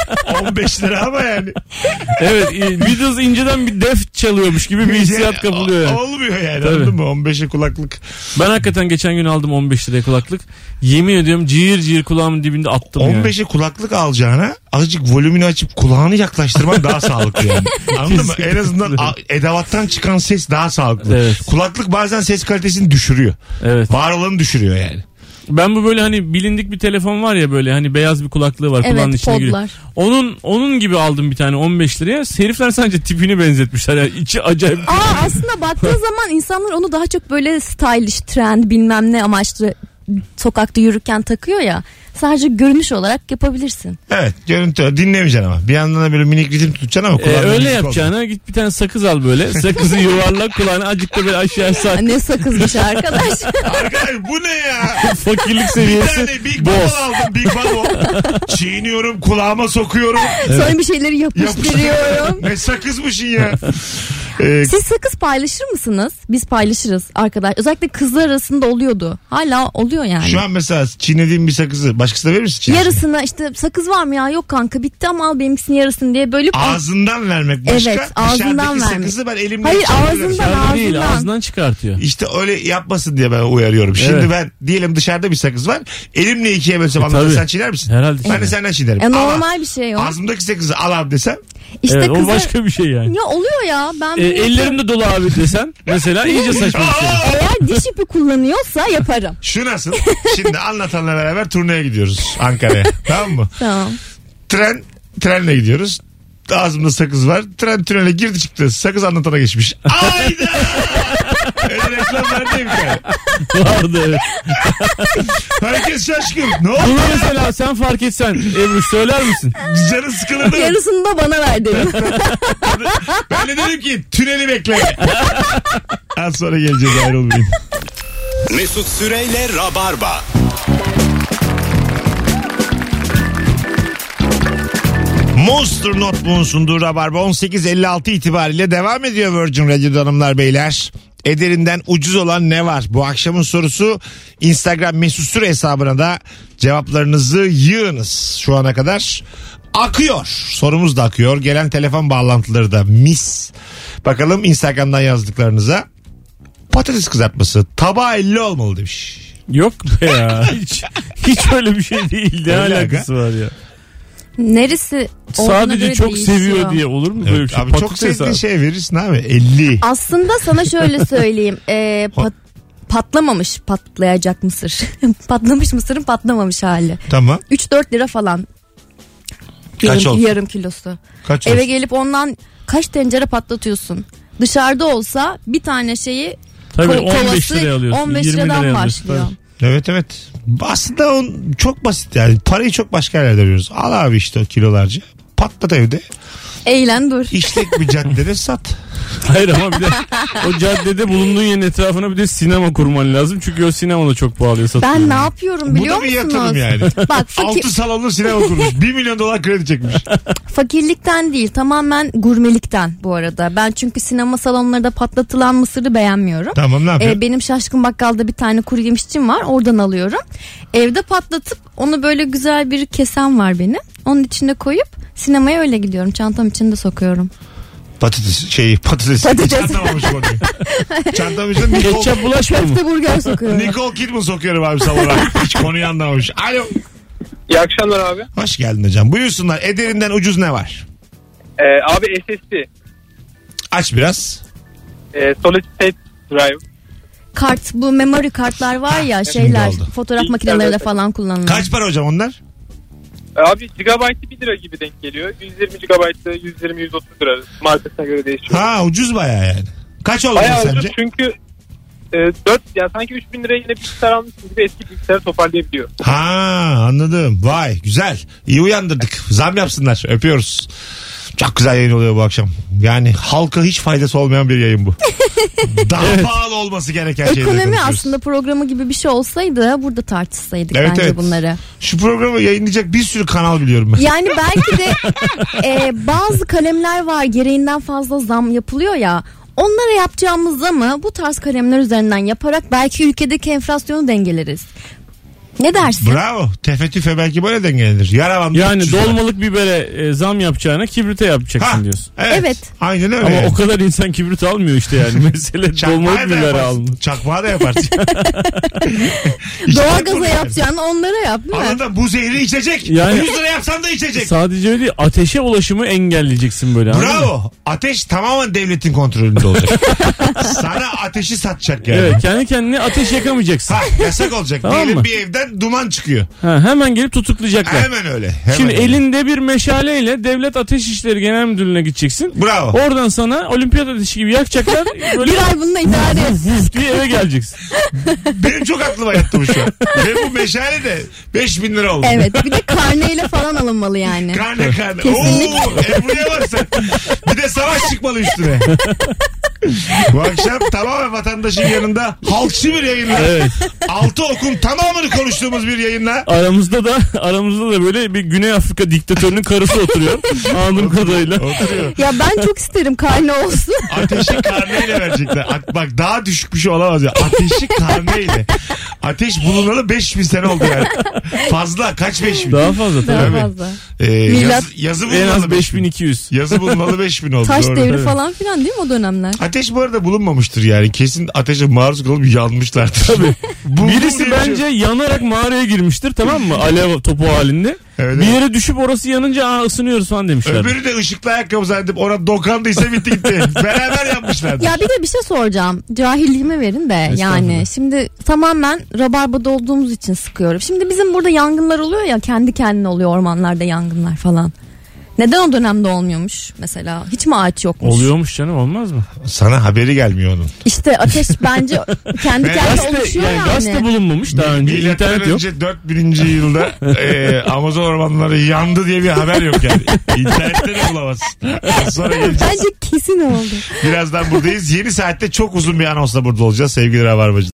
15 lira ama yani. Evet Beatles inceden bir def çalıyormuş gibi bir hissiyat kapılıyor yani. Olmuyor yani Tabii. anladın mı? 15'e kulaklık. Ben hakikaten geçen gün aldım 15 liraya kulaklık. Yemin ediyorum cihir cihir kulağımın dibinde attım 15'e kulaklık alacağına azıcık volümünü açıp kulağını yaklaştırman daha sağlıklı yani. Anladın mı? En azından edevattan çıkan ses daha sağlıklı. Evet. Kulaklık bazen ses kalitesini düşürüyor. Evet. Var olanı düşürüyor yani. Ben bu böyle hani bilindik bir telefon var ya böyle hani beyaz bir kulaklığı var kulağın içine giriyor. Onun gibi aldım bir tane 15 liraya. Herifler sadece tipini benzetmişler yani içi acayip. Aslında baktığı zaman insanlar onu daha çok böyle stylish, trend bilmem ne amaçlı sokakta yürürken takıyor ya. Sadece görünüş olarak yapabilirsin. Evet görüntü dinlemeyeceksin ama. Bir yandan da böyle minik ritim tutacaksın ama kulağına öyle müzik yapacağına olmuyor. git bir tane sakız al böyle. Sakızı yuvarlak kulağına azıcık da böyle aşağı sak. Ne sakızmış arkadaş. Arkadaş bu ne ya? Fakirlik Bir seviyesi tane Big boz. Bubble aldım. Big Bubble. Çiğniyorum kulağıma sokuyorum. Sonra bir şeyleri yapıştırıyorum. Ne sakızmışsın ya. Siz sakız paylaşır mısınız? Biz paylaşırız arkadaş. Özellikle kızlar arasında oluyordu. Hala oluyor yani. Şu an mesela çiğnediğim bir sakızı başkasına verir misin? Yarısına işte sakız var mı ya? Yok kanka bitti ama al benimkisini yarısını diye böyle. Ağzından vermek başka. Evet, ağzından Dışarıdaki vermek. sakızı ben elimle Hayır, çıkarıyorum. ağzından. Dışarıda değil ağzından çıkartıyor. İşte öyle yapmasın diye ben uyarıyorum. Şimdi Evet. ben diyelim dışarıda bir sakız var. Elimle ikiye bölsem anladın tabii. sen çiğner misin? Herhalde. Ben de senden çiğnerim. Normal bir şey o. Ağzımdaki sakızı al abi desem. İşte Evet, o kızlar... başka bir şey yani. Ya oluyor ya. Ben bunu Ellerimde dolu abi desen mesela iyice saçma bir şey. eğer diş ipi kullanıyorsa yaparım. Şu nasıl? Şimdi anlatanla beraber turneye gidiyoruz Ankara'ya. Tamam mı? Tamam. Trenle gidiyoruz. Ağzımda sakız var. Tren tünele girdi çıktı. Sakız anlatana geçmiş. Ayda! Öyle reklam verdi bir tane. Vardı evet. Herkes şaşkın. Ne oldu? Bunu mesela sen fark etsen Ebru söyler misin? Canı sıkılırdı. Yarısını da bana ver dedim. Ben de dedim ki tüneli bekle. Az sonra geleceğiz ayrılmayın. Mesut Süreyle Rabarba. Monster Notebook'un sunduğu Rabarba 18.56 itibariyle devam ediyor Virgin Radio'da hanımlar beyler. Ederinden ucuz olan ne var? Bu akşamın sorusu Instagram Mesut Süre hesabına da cevaplarınızı yığınız. Şu ana kadar akıyor. Sorumuz da akıyor. Gelen telefon bağlantıları da mis. Bakalım Instagram'dan yazdıklarınıza. Patates kızartması tabağı 50 olmalı demiş. Yok be ya. Hiç öyle bir şey değil. Ne Öyle alakası var ya. Neresi olduğuna Sadece göre çok değişiyor. seviyor diye olur mu böyle Evet, bir şey? abi çok Patates sevdiğin abi. şey verirsin abi 50. Aslında sana şöyle söyleyeyim. Patlamamış patlayacak mısır. Patlamış mısırın patlamamış hali. Tamam. 3-4 lira falan. Kaç olsun? Yarım kilosu. Kaç Eve olsun? gelip ondan kaç tencere patlatıyorsun. Dışarıda olsa bir tane şeyi Tabii 15 kovası liraya alıyorsun. 15 20 liradan liraya alıyorsun, başlıyor. Evet evet. Aslında çok basit yani. Parayı çok başka yerlerde veriyoruz. Al abi işte o kilolarca. Patlat evde. Eğlen dur. İşlek bir caddede sat. Hayır ama bir de o caddede bulunduğun yerin etrafına bir de sinema kurman lazım. Çünkü o sinema da çok pahalıya satılıyor. Ben ne yapıyorum biliyor Bu da bir musunuz? yatırım yani. Bak 6 salonlu sinema kurmuş. 1 milyon dolar kredi çekmiş. fakirlikten değil, tamamen gurmelikten bu arada. Ben çünkü sinema salonlarında patlatılan mısırı beğenmiyorum. Tamam, ne yapıyorsun? Benim Şaşkın Bakkal'da bir tane kuru yemişçim var, oradan alıyorum. Evde patlatıp onu böyle güzel bir kesem var benim. Onun içine koyup sinemaya öyle gidiyorum. Çantam içinde sokuyorum. Patates. Çantamamış konuyu. Çantam içinde Ketçap bulaşmıyor mu? Köfte burger sokuyorum. Nicole Kidman sokuyorum abi salona. Hiç konuyu anlamamış. Alo. İyi akşamlar abi. Hoş geldin hocam. Buyursunlar. Ederinden ucuz ne var? Abi SSD. Aç biraz. Solid State Drive. Kart, bu memory kartlar var ya, şimdi şeyler oldu. fotoğraf İlk makinelerinde evet. falan kullanılan. Kaç para hocam onlar? Abi gigabyte'ı 1 lira gibi denk geliyor. 120 gigabyte'ı 120-130 lira. Markasına göre değişiyor. Ha, ucuz bayağı yani. Kaç oldu Bayağı sence? ucuz çünkü 4 yani sanki 3000 liraya yine bilgisayar almışsın gibi eski bilgisayarı toparlayabiliyor. Ha, anladım. Vay, güzel. İyi uyandırdık. Zam yapsınlar. Öpüyoruz. Çok güzel yayın oluyor bu akşam. Yani halka hiç faydası olmayan bir yayın bu. Daha pahalı olması gereken şeyleri Ekonomi konuşuyoruz. aslında programı gibi bir şey olsaydı burada tartışsaydık Evet, bence evet. bunları. Şu programı yayınlayacak bir sürü kanal biliyorum ben. Yani belki de bazı kalemler var, gereğinden fazla zam yapılıyor ya. Onlara yapacağımız zamı bu tarz kalemler üzerinden yaparak belki ülkedeki enflasyonu dengeleriz. Ne dersin? Bravo. Tefe tüfe belki böyle dengelenir. Yaravandı. Yani 300 lira. dolmalık bibere zam yapacağına kibrite yapacaksın Ha, diyorsun. Evet. Aynen öyle. Ama yani. o kadar insan kibrit almıyor işte yani. Mesele Çakmağı dolmalık da bibere yaparsın. alın. Çakmağı da yaparsın. İşte Doğalgaza bunu yapacağını onlara yap, değil mi? Anladın, bu zehri içecek. Yani- 100 lira yapsan da içecek. Sadece öyle değil, ateşe ulaşımı engelleyeceksin böyle. anladın mı? Bravo. Ateş tamamen devletin kontrolünde olacak. Sana ateşi satacak yani. Evet, kendi kendine ateş yakamayacaksın. Ha, yasak olacak. Tamam Diyelim mı? bir evden duman çıkıyor. Ha, hemen gelip tutuklayacaklar. Hemen öyle. Hemen Şimdi öyle. elinde bir meşaleyle Devlet Ateş İşleri Genel Müdürlüğü'ne gideceksin. Bravo. Oradan sana olimpiyat ateşi gibi yakacaklar. Böyle Bir ay bununla idare et. diye eve geleceksin. Benim çok aklıma yattı bu şu an. Ve bu meşale de 5.000 lira oldu. Evet, bir de karneyle falan alınmalı yani. Karne. Kesinlikle. Oo, buraya bak sen. Bir de savaş çıkmalı üstüne. Bu akşam tamamen vatandaşın yanında halkçı bir yayınla. Evet. 6 okun tamamını konuştuğumuz bir yayınla. Aramızda da böyle bir Güney Afrika diktatörünün karısı oturuyor. Anladığım kadarıyla. Oturuyor. Ya ben çok isterim karne olsun. Ateşi karneyle verecekler. Bak daha düşük bir şey olamaz ya. Ateşi karneyle. Ateş bulunalı 5.000 sene oldu yani. Fazla, kaç 5.000? Daha fazla Daha tabii. fazla. Yaz, yazı En bulunalı az 5.000. 5200. Yazı bulunalı 5.000 oldu. Taş doğru. devri Evet. falan filan değil mi o dönemler? Ateş bu arada bulunmamıştır yani. Kesin ateşe maruz kalıp yanmışlardır. Tabii. Buldum Birisi diye bir şey bence yok. yanarak mağaraya girmiştir, tamam mı? Alev topu halinde. Evet, Bir evet. yere düşüp orası yanınca ısınıyoruz falan demişler. Öbürü de ışıklı ayakkabı zannedip ona dokandıysa bitti gitti. Beraber yapmışlardır. Ya bir de bir şey soracağım. Cahilliğime verin de yani. Estağfurullah. Şimdi tamamen rabarbada olduğumuz için sıkıyorum. Şimdi bizim burada yangınlar oluyor ya, kendi kendine oluyor ormanlarda yangınlar falan. Neden o dönemde olmuyormuş mesela? Hiç mi ağaç yokmuş? Oluyormuş canım, olmaz mı? Sana haberi gelmiyor onun. İşte ateş bence kendi Ben kendine Gazete, oluşuyor yani yani. gazete bulunmamış daha önce. Milattan İnternet yok. önce 4000. yılda Amazon ormanları yandı diye bir haber yok yani. İnternette de bulamazsın. Sonra geleceğiz. Bence kesin oldu. Birazdan buradayız. Yeni saatte çok uzun bir anonsla burada olacağız. Sevgili Rabarbacı.